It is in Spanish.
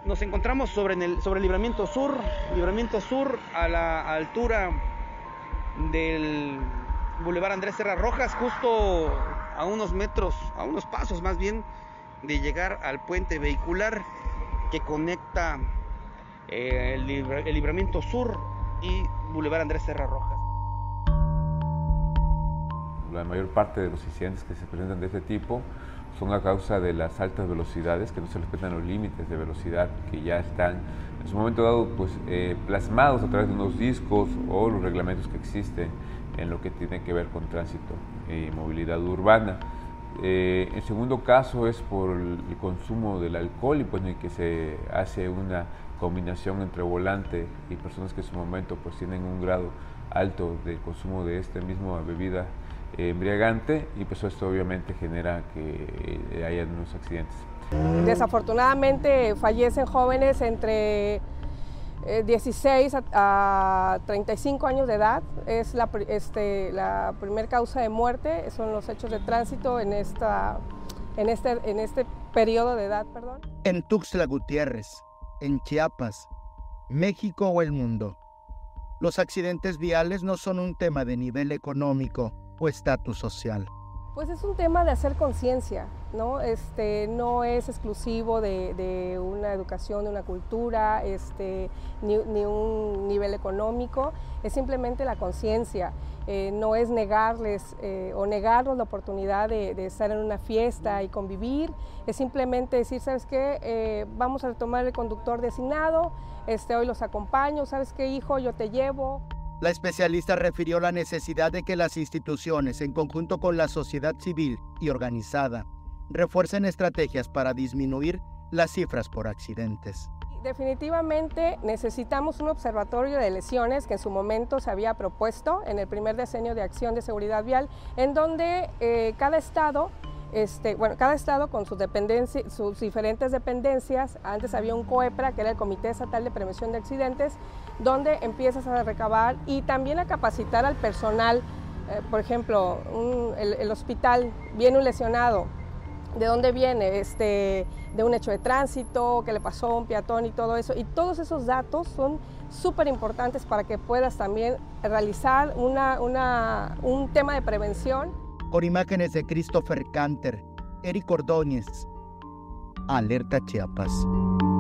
Nos encontramos sobre el Libramiento Sur a la altura del Boulevard Andrés Serra Rojas, justo a unos pasos más bien, de llegar al puente vehicular que conecta el Libramiento Sur y Boulevard Andrés Serra Rojas. La mayor parte de los incidentes que se presentan de este tipo son a causa de las altas velocidades, que no se respetan los límites de velocidad que ya están en su momento dado plasmados a través de unos discos o los reglamentos que existen en lo que tiene que ver con tránsito y movilidad urbana. El segundo caso es por el consumo del alcohol, y pues en que se hace una combinación entre volante y personas que en su momento pues tienen un grado alto de consumo de esta misma bebida embriagante, y pues esto obviamente genera que haya unos accidentes. Desafortunadamente fallecen jóvenes entre 16 a 35 años de edad. Es la primera causa de muerte, son los hechos de tránsito en este periodo de edad. En Tuxtla Gutiérrez, en Chiapas, México o el mundo, los accidentes viales no son un tema de nivel económico o estatus social. Pues es un tema de hacer conciencia, ¿no? No es exclusivo de una educación, de una cultura, ni un nivel económico, es simplemente la conciencia. No es negarles o negarnos la oportunidad de estar en una fiesta y convivir, es simplemente decir, ¿sabes qué? Vamos a retomar el conductor designado, hoy los acompaño, ¿sabes qué, hijo? Yo te llevo. La especialista refirió la necesidad de que las instituciones, en conjunto con la sociedad civil y organizada, refuercen estrategias para disminuir las cifras por accidentes. Definitivamente necesitamos un observatorio de lesiones que en su momento se había propuesto en el primer decenio de acción de seguridad vial, en donde cada estado con sus diferentes dependencias. Antes había un COEPRA, que era el Comité Estatal de Prevención de Accidentes, donde empiezas a recabar y también a capacitar al personal. Por ejemplo, el hospital, viene un lesionado, ¿de dónde viene? De un hecho de tránsito, que le pasó a un peatón y todo eso. Y todos esos datos son súper importantes para que puedas también realizar un tema de prevención. Con imágenes de Christopher Canter, Eric Ordóñez, Alerta Chiapas.